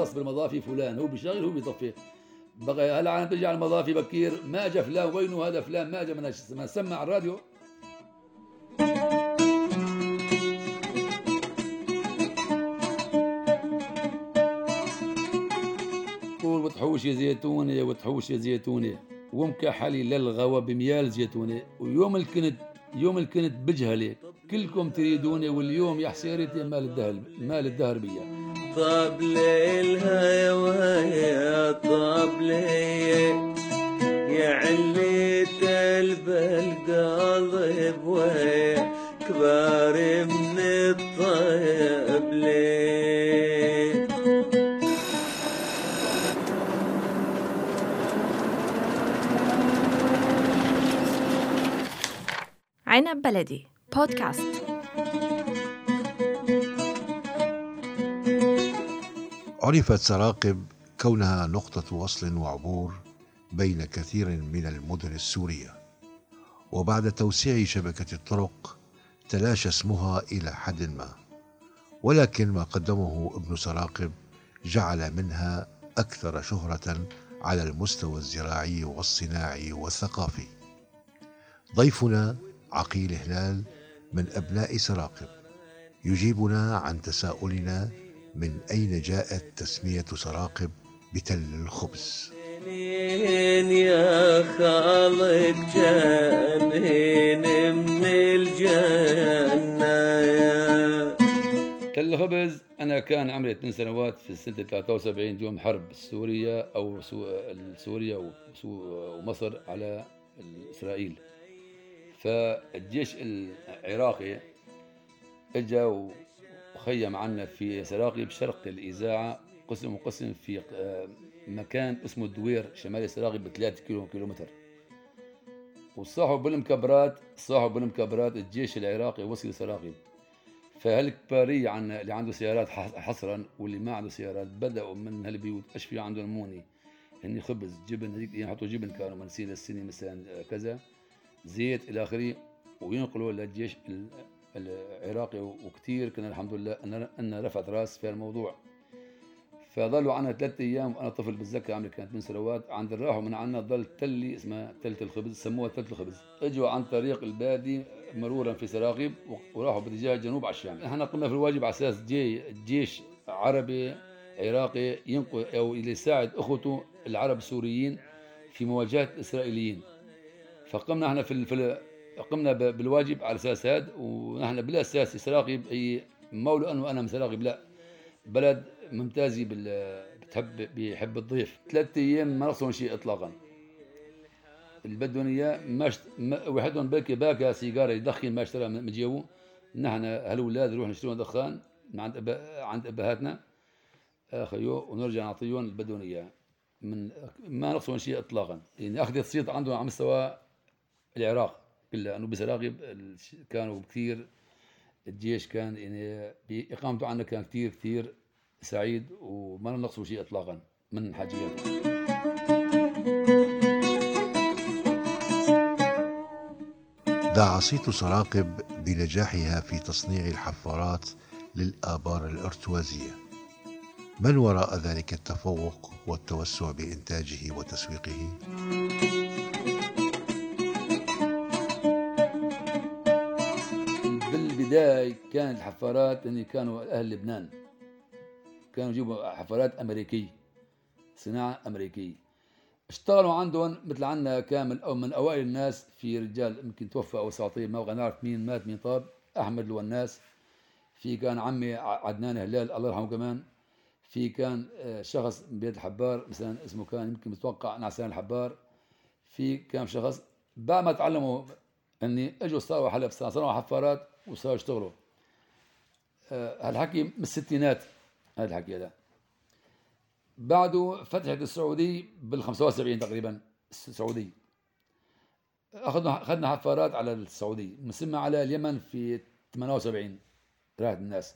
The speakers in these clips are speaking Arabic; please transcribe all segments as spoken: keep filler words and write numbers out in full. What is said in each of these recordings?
مختص بالمضافي فلان، هو بيشتغل هو بيطفي. بقى هلا عم ترجع المضافي بكير ما اجى فلان، وينه هذا فلان ما اجى، ما سمع الراديو. قول وتحوش يا زيتونة وتحوش يا زيتونة، ومكحلي للغوى بميال زيتونة، ويوم الكنت يوم الكنت بجهلة كلكم تريدوني، واليوم يا حسيرتي مال الدهر مال الدهر بيا. طاب ليلها يا ويا طاب لي يا عليت القلب ويا كبار من الطيب لي. عنب بلدي بودكاست. عرفت سراقب كونها نقطة وصل وعبور بين كثير من المدن السورية، وبعد توسيع شبكة الطرق تلاشى اسمها إلى حد ما، ولكن ما قدمه ابن سراقب جعل منها أكثر شهرة على المستوى الزراعي والصناعي والثقافي. ضيفنا عقيل هلال من أبناء سراقب يجيبنا عن تساؤلنا من أين جاءت تسمية سراقب بتل الخبز. يا خالق جانين من الجنة. تل الخبز أنا كان عمري اثنين سنوات في سنة ثلاثة وسبعين يوم حرب سوريا أو سوريا ومصر على إسرائيل. فالجيش العراقي اجا وخيم عنا في سراقب شرق الإذاعة، قسم وقسم في مكان اسمه الدوير شمال سراقب بثلاثة كيلو كيلومتر. وصاحوا بالمكبرات صاحوا بالمكبرات الجيش العراقي وصل سراقب. فهالكبارية عن اللي عنده سيارات حصرا واللي ما عنده سيارات بدأوا من هالبيوت أشفي عندهم موني هني خبز جبن، هذيك يحطوا جبن كانوا منسين السنة مثلا كذا زيت إلى آخره، وينقلوا للجيش العراقي. وكتير كنا الحمد لله أن أن رفعت راس في الموضوع. فظلوا عنا ثلاثة أيام وأنا طفل بتذكر عمري كانت من سنوات. عند الراحوا من عنا ضل تلي اسمها تلة الخبز، سموها تلة الخبز. اجوا عن طريق البادي مرورا في سراقب وراحوا باتجاه الجنوب على الشام. احنا قمنا في الواجب على اساس جي الجيش عربي عراقي ينقذ او يساعد اخوته العرب السوريين في مواجهه الاسرائيليين. فقمنا احنا في, في قمنا بالواجب على اساس هذا. ونحن بالاساس سراقب هي مولى انه انا من سراقب لا بلد ممتازي بال بتحب بيحب الضيف. ثلاثة ايام ما نقصهم شيء اطلاقا. اللي بدهم اياه ما شت... وحدهم بكي باكا سيجاره يدخن ما اشترى من جيبه. نحن هالولاد نروح نشتري دخان من عند أبا... عند ابهاتنا اخيو ونرجع نعطيهم اللي بدهم اياه. من ما نقصهم شيء اطلاقا. يعني اخذت صيت عندهم على مستوى العراق كلها، انه بسراقب كانوا كثير. الجيش كان يعني باقامته عندنا كان كثير كثير سعيد وما نقصوا شيء اطلاقا من حاجياته. دعا صيت سراقب بنجاحها في تصنيع الحفارات للآبار الأرتوازية. من وراء ذلك التفوق والتوسع بإنتاجه وتسويقه؟ بالبداية كانت الحفارات اللي كانوا أهل لبنان كانوا يجيبوا حفارات أمريكية، صناعة أمريكية. اشتغلوا عندهم مثل عنا كامل أو من أوائل الناس في رجال يمكن توفى أو أساطير ما بغى نعرف مين مات مين طاب. أحمد الوناس، في كان عمي عدنان هلال الله يرحمه كمان، في كان شخص من بيت الحبار مثلا اسمه كان يمكن متوقع نعسان الحبار، في كان شخص بعد ما تعلموا اني اجوا صاروا حلب صاروا حفارات وصاروا يشتغلوا. هالحكي من الستينات هذا الحكي هذا. بعده فتحت السعودية بال خمسة وسبعين تقريبا السعودية. اخذنا اخذنا حفارات على السعودية، مسمى على اليمن في ثمانية وسبعين راحت الناس.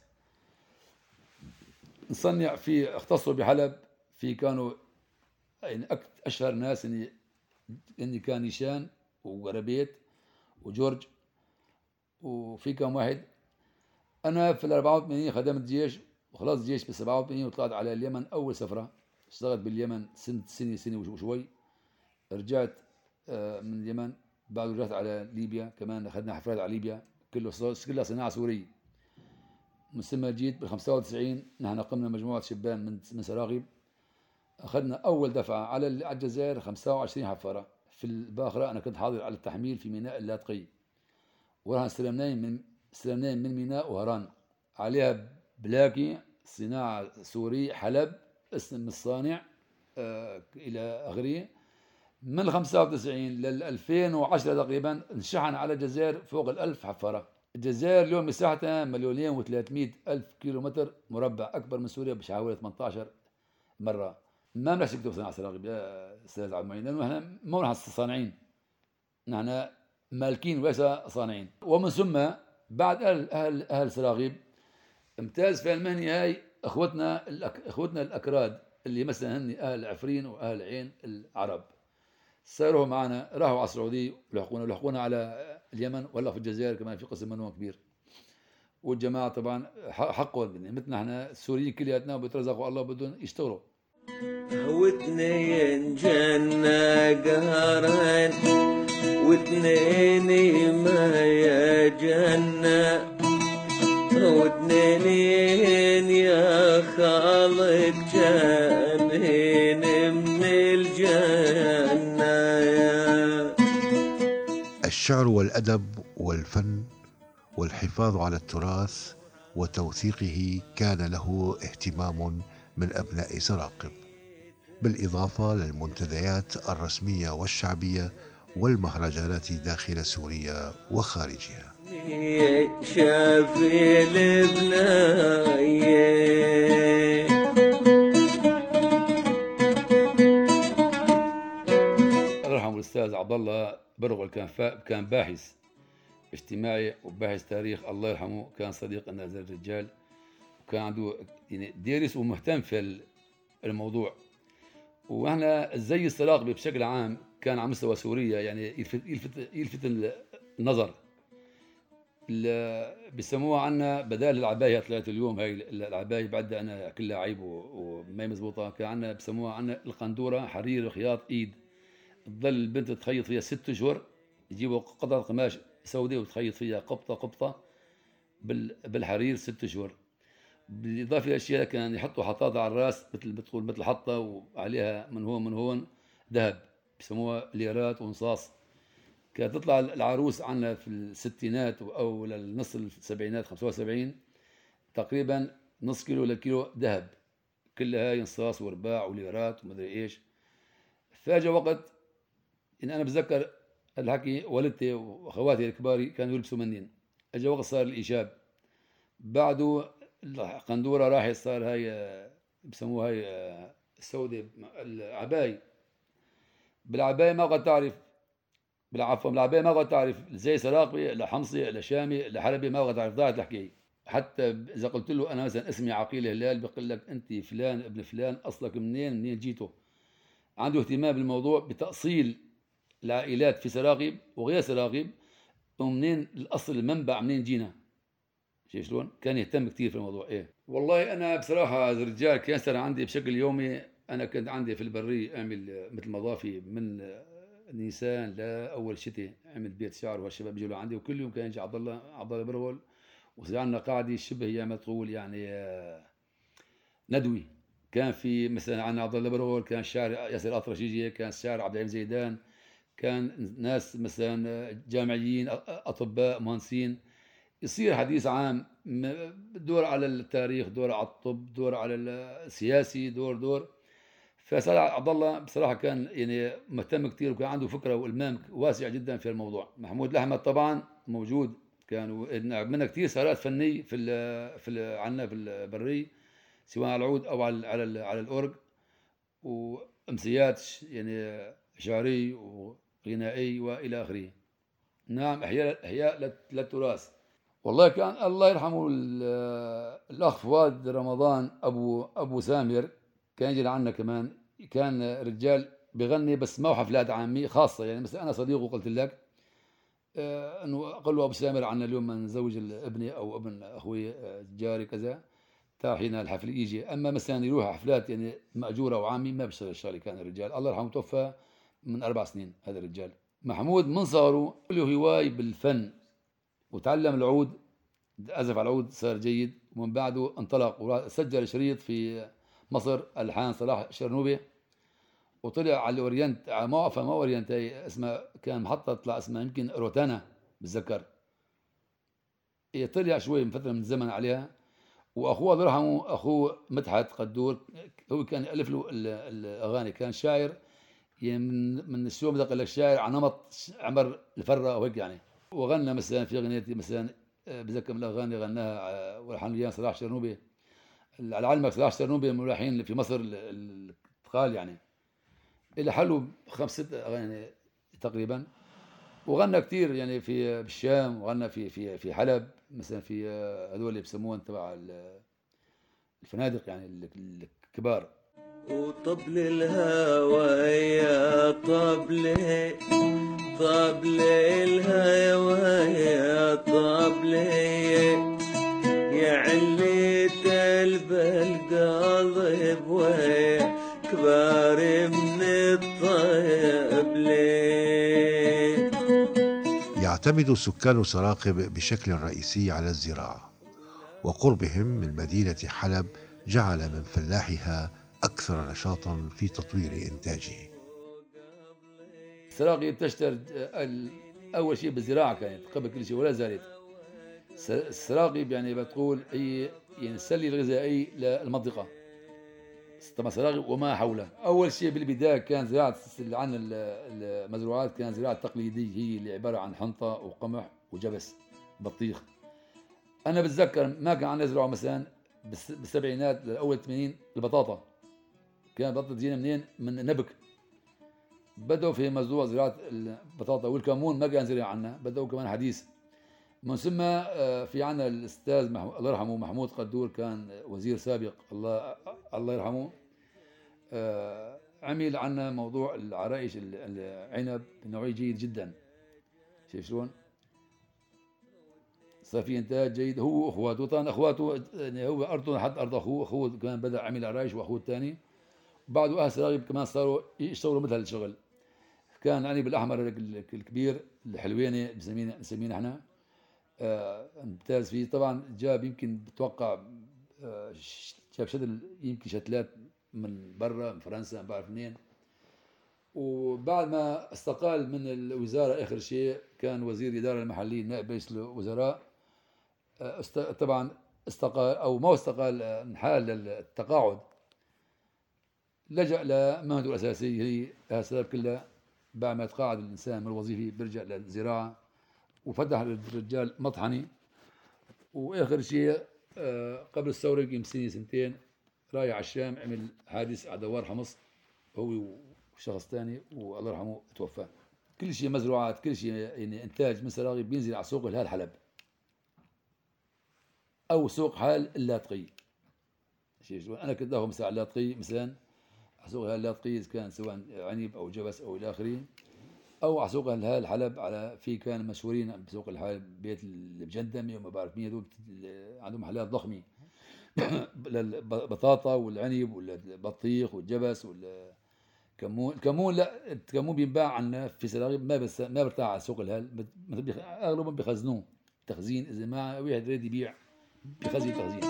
نصنع في اختصوا بحلب في كانوا يعني اشهر ناس اني اني كان نيشان وغربيت وجورج وفي كم واحد. انا في الأربعة وثمانين خدمت جيش وخلاص الجيش ب سبعة وثمانين وطلعت على اليمن اول سفره. اشتغلت باليمن سنه سنه سنه وشوي. رجعت من اليمن، بعد رجعت على ليبيا، كمان اخذنا حفلات على ليبيا، كله كلها صناعه سوريه. من ثم جيت بال خمسة وتسعين نحن قمنا مجموعه شبان من من سراغيب، اخذنا اول دفعه على الجزائر خمسة وعشرين حفاره. في الباخره انا كنت حاضر على التحميل في ميناء اللاذقي، وراها استلمناين من استلمناين من ميناء وهران، عليها بلاكي صناعه سوري حلب اسم الصانع آه الى اخره. من خمسة وتسعين لل ألفين وعشرة تقريبا انشحن على الجزائر فوق الألف حفاره. الجزائر اليوم مساحتها مليونين وثلاثمئة ألف كيلومتر مربع، أكبر من سوريا بحوالي ثمانية عشر مرة. ما بنحكي نكتب صناعة سراغيب يا أستاذ عبد المعين، لأنه احنا ما نحن صانعين، نحن مالكين وليس صانعين. ومن ثم بعد أهل أهل أهل سراغيب امتاز في المهنة هاي أخوتنا الأك... أخوتنا الأكراد اللي مثلا هن أهل عفرين وأهل عين العرب، صاروا معنا، راحوا على السعودية ولحقونا ولحقونا على اليمن، ولا في الجزائر كمان في قسم منهم كبير. والجماعة طبعا حقهم مثلنا احنا السوريين كلياتنا بيترزقوا الله بدهم يشتغلوا. واثنين جنة قهرين واثنين ما يا جنة، واثنين يا خالق جانين من الجنة. الشعر والأدب والفن والحفاظ على التراث وتوثيقه كان له اهتمام من أبناء سراقب، بالإضافة للمنتديات الرسمية والشعبية والمهرجانات داخل سوريا وخارجها. شافي البناية الله يرحمه الأستاذ عبد الله برغل، كان كان باحث اجتماعي وباحث تاريخ، الله يرحمه. كان صديق لنا هذا الرجال، وكان عنده يعني دارس ومهتم في الموضوع. واحنا الزي السراقبي بشكل عام كان على مستوى سوريا يعني يلفت يلفت يلفت النظر. بيسموها عنا بدال العباية، طلعت اليوم هاي العباية بعد انا كلها عيب وما مزبوطه. كان عنا بسموها عنا القندوره، حرير خياط ايد، تضل البنت تخيط فيها ست اشهر، يجيبوا قطعه قماش سوداء وتخيط فيها قبطه قبطه بالحرير ست اشهر. بالاضافه الى اشياء كان يحطوا حطاطه على الراس مثل بتقول مثل حطه، وعليها من هون من هون ذهب، بسموها ليرات ونصاص. كانت تطلع العروس عنا في الستينات او للنص السبعينات خمسة وسبعين تقريبا نص كيلو لكيلو ذهب، كلها هاي نصاص ورباع وليرات ومدري ايش. فاجا وقت ان انا بتذكر الحكي، والدتي واخواتي الكبار كانوا يلبسوا منين. اجى وقت صار الايشاب، بعده القندوره راحت، صار هاي بسموها هاي السوداء العباية. بالعباية ما قد تعرف، بالعفو بالعباية ما قد تعرف زي سراقبي لحمصي لشامي لحلبي، ما قد تعرف، ضاعت الحكايه. حتى اذا قلت له انا مثلا اسمي عقيل هلال بيقول لك انت فلان ابن فلان، اصلك منين منين جيتوا. عنده اهتمام بالموضوع بتاصيل العائلات في سراقب وغير سراقب، ومنين الاصل المنبع منين جينا. شايف شلون؟ كان يهتم كثير في الموضوع. ايه والله انا بصراحه الرجال كان صار عندي بشكل يومي. انا كنت عندي في البريه اعمل مثل مضافي من نيسان لاول شتاء، عمل بيت شعر والشباب بيجوا عندي، وكل يوم كان يجي عبد الله عبد الله برغل، وصار عندنا قاعده شبه يا تقول يعني ندوي. كان في مثلا عندنا عبد الله برغل، كان الشاعر ياسر اطرش يجي، كان الشاعر عبد العزيز زيدان، كان ناس مثلا جامعيين اطباء مهندسين. يصير حديث عام، دور على التاريخ، دور على الطب، دور على السياسي، دور دور فصار عبد الله بصراحه كان يعني مهتم كثير، وكان عنده فكره والمام واسع جدا في الموضوع. محمود الاحمد طبعا موجود، كانوا عملنا كثير سهرات فنيه في ال في ال عندنا في البريه، سواء على العود او على على على الاورج، وامسيات يعني شعري وغنائي والى اخره. نعم، احياء احياء للتراث. والله كان الله يرحمه الاخ فؤاد رمضان ابو ابو سامر، كان يجي لعنا كمان، كان رجال بغني بس ما هو حفلات عاميه خاصه. يعني مثلا انا صديقه قلت لك آه انه قال له ابو سامر عنا اليوم من نزوج ابني او ابن اخوي آه جاري كذا، تا حين الحفل يجي. اما مثلا يروح حفلات يعني ماجوره وعامي ما بيشتغل الشغله. كان الرجال الله يرحمه توفى من اربع سنين هذا الرجال. محمود من صغره له هواي بالفن وتعلم العود، عزف على العود صار جيد، ومن بعده انطلق وسجل شريط في مصر الحان صلاح الشرنوبي، وطلع على الاورينت على موقف ما اورينت اسمها كان محطه تطلع اسمها يمكن روتانا بتذكر. طلع شوي من فتره من الزمن عليها. واخوه الله يرحمه اخوه مدحت قدور هو كان يالف له الاغاني، كان شاعر يعني من من الشو بدق لك شاعر على نمط عمر الفره وهيك يعني. وغنى مثلا في اغنيه مثلا بذكر من الاغاني غناها ولحن وياه صلاح الشرنوبي. على علمك صلاح الشرنوبي من الملحنين في مصر الثقال يعني، اللي حلوا خمس ست اغاني تقريبا. وغنى كثير يعني في بالشام، وغنى في في في حلب مثلا، في هذول اللي بسموهم تبع الفنادق يعني الكبار. وطبل الهوى يا طبلي، طبل الهوى يا طبلي، يا عليت القلب ويا كبار من الطبلي. يعتمد سكان سراقب بشكل رئيسي على الزراعة، وقربهم من مدينة حلب جعل من فلاحها أكثر نشاطا في تطوير إنتاجه. سراقب تشتهر أول شيء بالزراعة كانت قبل كل شيء ولا زالت. سراقب يعني بتقول هي يعني السلة الغذائي للمنطقة. طبعا سراقب وما حوله. أول شيء بالبداية كان زراعة عن المزروعات كان زراعة تقليدية، هي اللي عبارة عن حنطة وقمح وجبس بطيخ. أنا بتذكر ما كان عندنا زراعة مثلا بالسبعينات لأول الثمانين البطاطا. كان بطاطا تجينا منين؟ من نبك. بدأوا في مزروع زراعة البطاطا والكمون ما كان زرع عنا، بدأوا كمان حديث. من ثم في عنا الأستاذ الله يرحمه محمود قدور كان وزير سابق الله الله يرحمه. عمل عنا موضوع العرائش العنب بنوعية جيد جدا. شايف شلون؟ صار في انتاج جيد هو واخواته. طبعا اخواته يعني هو ارضه حد ارض اخوه، اخوه كمان بدا عمل عرايش واخوه الثاني. بعده اهل سراقب كمان صاروا يشتغلوا مثل الشغل. كان عنب الاحمر الكبير الحلويني بنسميه نسميه احنا ممتاز فيه. طبعا جاب يمكن بتوقع جاب شتل يمكن شتلات من برا من فرنسا ما بعرف منين. وبعد ما استقال من الوزاره اخر شيء كان وزير الاداره المحليه نائب رئيس الوزراء. طبعا استقال او ما استقال انحال للتقاعد، لجأ لمهنته الاساسيه هي السبب كلها. بعد ما يتقاعد الانسان من الوظيفه بيرجع للزراعه، وفتح الرجال مطحنه. واخر شيء قبل الثوره يمكن سنه سنتين رايح على الشام عمل حادث على دوار حمص هو وشخص ثاني والله يرحمه توفى. كل شيء مزروعات كل شيء يعني انتاج من سراقب بينزل على سوق الهال حلب او سوق حال اللاذقية. انا كنت اخذ مثلا على اللاذقية مثلا على سوق الهال اللاذقية اذا كان سواء عنب او جبس او الى اخره، او على سوق الهال حلب على في كان مشهورين بسوق الحلب بيت البجندمي وما بعرف مين هذول عندهم محلات ضخمه للبطاطا والعنب والبطيخ والجبس والكمون. الكمون لا الكمون بينباع عندنا في سراقب ما بس ما برتاح على سوق الهال، اغلبهم بيخزنوه تخزين. اذا ما واحد يريد يبيع بخزين تخزين.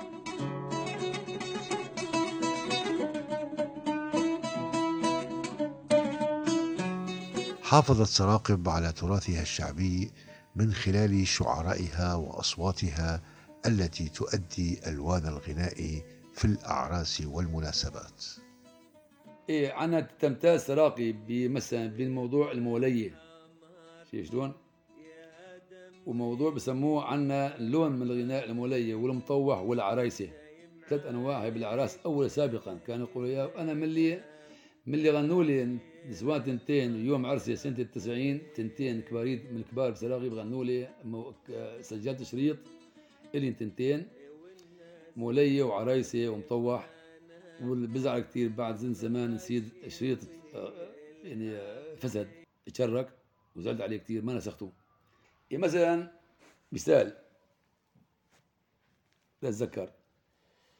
حافظت سراقب على تراثها الشعبي من خلال شعرائها وأصواتها التي تؤدي ألوان الغناء في الأعراس والمناسبات. إيه عنا تمتاز سراقب بمثلا بالموضوع المولية. شايف شلون؟ وموضوع بسموه عنا لون من الغناء المولية والمطوح والعرايسة. ثلاث أنواع هي بالأعراس. أول سابقا كانوا يقولوا يا أنا من اللي من اللي غنوا لي نسوان تنتين يوم عرسي سنة التسعين تنتين كباريد من الكبار بسراقب غنوا لي سجلت شريط إلي تنتين مولية وعرايسة ومطوح. والبزعل كثير بعد زين زمان نسيت شريط يعني فسد اتشرك وزعلت عليه كثير ما نسخته. يعني مثلا مثال لا اتذكر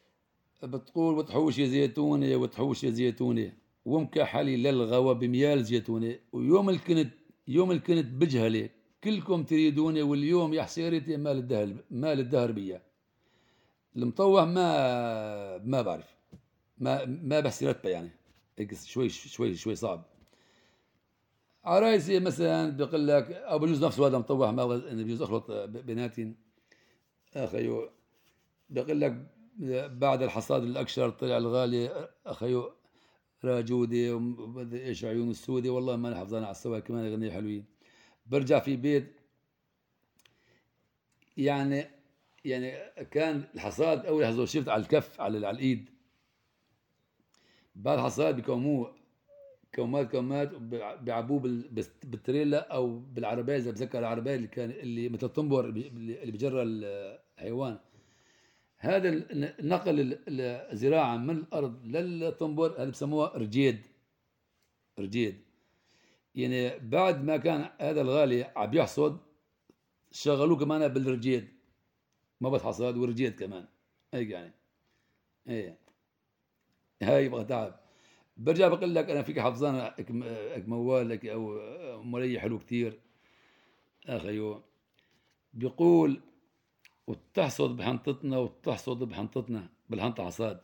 بتقول وتحوش يا زيتونة وتحوش يا زيتونة ومكحلي للغوا بميال زيتونة ويوم الكنت يوم الكنت بجهلة كلكم تريدوني واليوم يا حسيرتي مال الدهر مال الدهر بيا. المطوع ما ما بعرف ما ما بحسي رتبة يعني هيك شوي شوي شوي صعب. عرايسي مثلا بيقول لك او بجوز نفسه هذا مطوع ما بجوز اخلط بيناتي اخيو بيقول لك بعد الحصاد الاكشر طلع الغالي اخيو راجودي ومدري ايش عيون السودي والله ما حافظانا على السوا كمان اغنيه حلوين. برجع في بيت يعني يعني كان الحصاد اول لحظه شفت على الكف على على الايد بعد الحصاد بيكوموه كومات كومات بيعبوه بالتريلا او بالعربيه اذا بتذكر العربيه اللي كان اللي مثل الطنبور اللي بجرى الحيوان. هذا النقل الزراعه من الارض للطنبور هذا بسموها رجيد رجيد. يعني بعد ما كان هذا الغالي عم يحصد شغلوه كمان بالرجيد ما بس حصاد ورجيد كمان هيك يعني ايه هاي يبغى تعب. برجع بقول لك انا فيك حافظان موال لك او مولي حلو كتير اخيو بيقول وتحصد بحنطتنا وتحصد بحنطتنا بالحنطة حصاد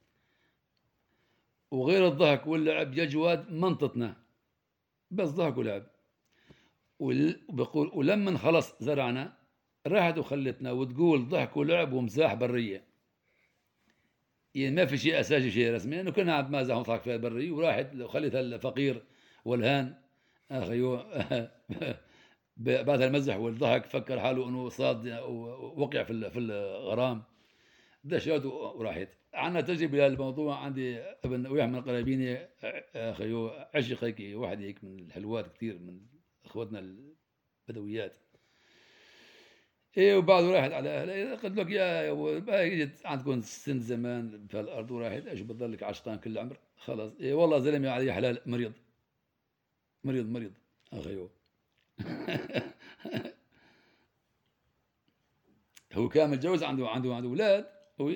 وغير الضحك واللعب يا جواد منطتنا بس ضحك ولعب. وبيقول ولما خلص زرعنا راحت وخلتنا وتقول ضحك ولعب ومزاح برية. يعني ما في شيء اساسي شيء رسمي انه كنا عم مازح وضحك في البرية وراحت وخلت الفقير والهان اخيو بعد المزح والضحك فكر حاله انه صاد وقع في في الغرام دشت وراحت. عنا تجربه للموضوع عندي ابن وياه من قرايبيني اخيو عشق هيك واحد هيك من الحلوات كثير من اخوتنا البدويات ايه وبعده راحت على اهلها قلت لك يا اجت عندكم سن زمان في الارض وراحت ايش بتضلك عشقان كل العمر خلاص ايه والله زلمه علي حلال مريض مريض مريض اخيو هو كان متجوز عنده عنده عنده اولاد هو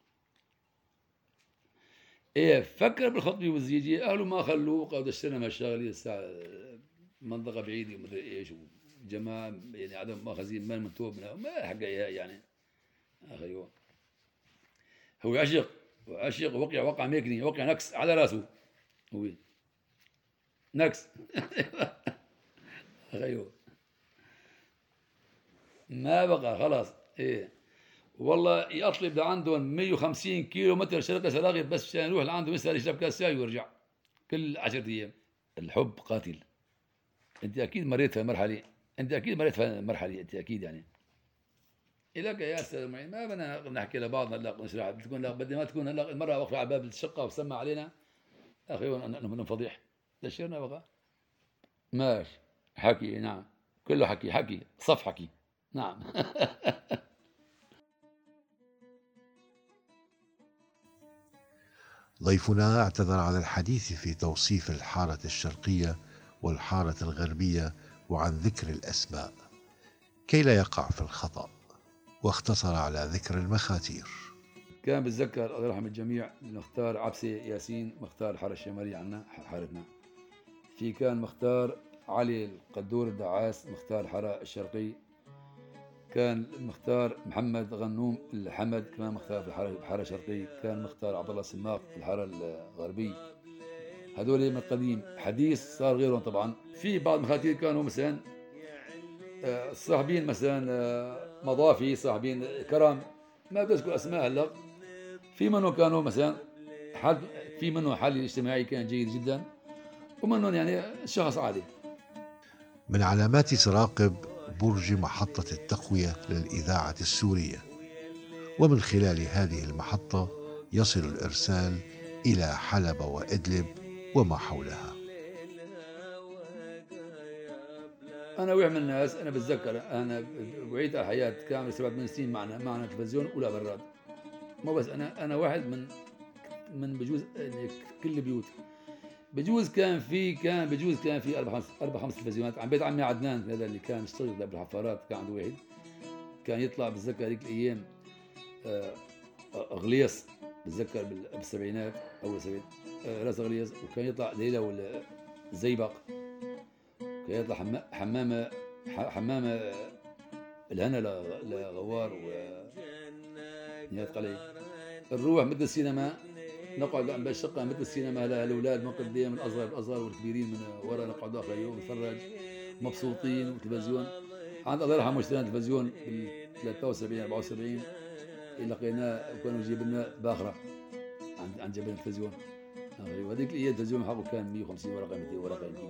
ايه فكر بالخطبه والزيجيه اهله ما خلوه قعدوا اشترينا مشاغل الساعه منطقه بعيده ومدري ايش وجماعه يعني عدم ماخذين مال منتوب منها ما حق يعني اخيو هو عشق وعشق وقع وقع ميكني وقع نكس على راسه هو نكس اخيو ما بقى خلاص ايه والله يطلب لعندهم مية وخمسين كيلو متر شرق سلاغي بس عشان يروح لعنده يسال يشرب كاس شاي ويرجع كل عشرة ايام. الحب قاتل. انت اكيد مريت في المرحله انت اكيد مريت في المرحله انت اكيد يعني الك يا استاذ معين ما بدنا نحكي لبعض هلا نشرح تكون بدي ما تكون هلا المره واقفه على باب الشقه وسمع علينا اخي من فضيح دشرنا بقى ماشي حكي نعم كله حكي حكي صف حكي نعم. ضيفنا اعتذر عن الحديث في توصيف الحارة الشرقية والحارة الغربية وعن ذكر الأسماء كي لا يقع في الخطأ واختصر على ذكر المخاتير. كان بتذكر الله يرحم الجميع نختار عبسة ياسين مختار الحارة الشمالية عنا حارتنا. في كان مختار علي القدور الدعاس مختار الحارة الشرقية. كان مختار محمد غنوم الحمد كمان مختار في الحارة الحارة الشرقية. كان مختار عبد الله سماق في الحارة الغربية. هذول من قديم حديث صار غيرهم طبعا. في بعض المخاتير كانوا مثلا صاحبين مثلا مضافي صاحبين كرم ما بذكر اسماء هلا. في منهم كانوا مثلا حد في منهم حل اجتماعي كان جيد جدا ومنهم يعني شخص عادي. من علامات سراقب برج محطة التقوية للإذاعة السورية ومن خلال هذه المحطة يصل الإرسال إلى حلب وإدلب وما حولها. أنا ويح من الناس أنا بتذكر أنا وعيت على حياة كامل سبعة ثمان سنين معنا معنا تلفزيون ولا براد مو بس أنا أنا واحد من من بجوز كل البيوت بجوز كان في كان بجوز كان في أربع خمس أربع خمس تلفزيونات. عم بيت عمي عدنان هذا اللي كان يشتغل بالحفارات كان عنده واحد كان يطلع بتذكر هذيك الأيام غليص بتذكر بال- بالسبعينات أول سبعين آه، راس غليظ، وكان يطلع ليلى والزيبق، كان يطلع حما- حمامة ح- حمامة الهنا ل- لغوار ونيات قلي. نروح مثل السينما، نقعد عم بالشقة مثل السينما، هلا الأولاد من قدام، من الأصغر بالأصغر والكبيرين من ورا، نقعد آخر يوم نتفرج مبسوطين. وتلفزيون عند الله يرحمه اشترينا تلفزيون بال ثلاثة وسبعين أربعة وسبعين، لقيناه وكانوا يجيب لنا باخرة عند عند جبل التلفزيون. وهذيك الايام التلفزيون حقه كان مية وخمسين ورقة مئتين ورقة يمكن.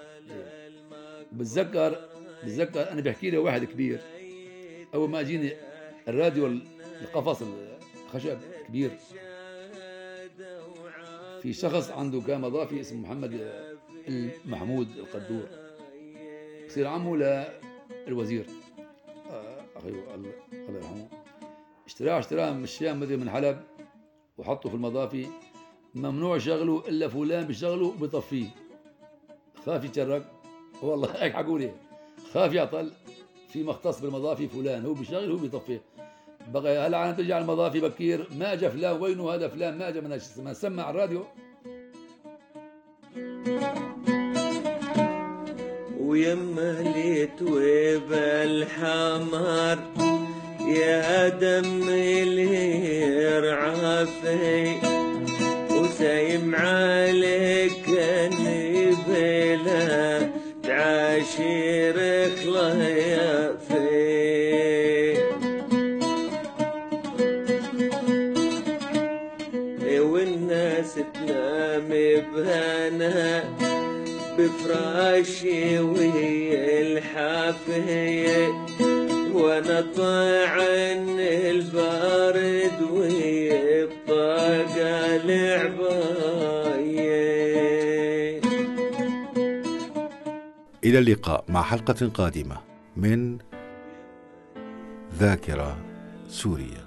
بتذكر بتذكر أنا بحكي له واحد كبير، أول ما أجيني الراديو القفص الخشب كبير، في شخص عنده كان مضافي اسمه محمد محمود القدور، يصير عمه للوزير أخي الله يرحمه، اشتراه اشتراه من الشام مدري من حلب، وحطه في المضافي، ممنوع شغله إلا فلان بيشغله وبيطفيه، خاف يتشرق والله هيك حكوا لي، خاف يعطل في مختص بالمضافي فلان هو بيشغل هو بيطفي. بقى هلا عم ترجع المضافي بكير، ما اجى فلان، وينه هذا فلان ما اجى، من ما سمع الراديو. ويما ليتوي بالحمار يا دم اللي يرعى في، وسايم عليك اني بلا تعاشير اخله يا في، والناس تنام بهنا بفراشي وهي الحافية، وانا طاعن البارد وهي بطاقة لعباية. إلى اللقاء مع حلقة قادمة من ذاكرة سوريا.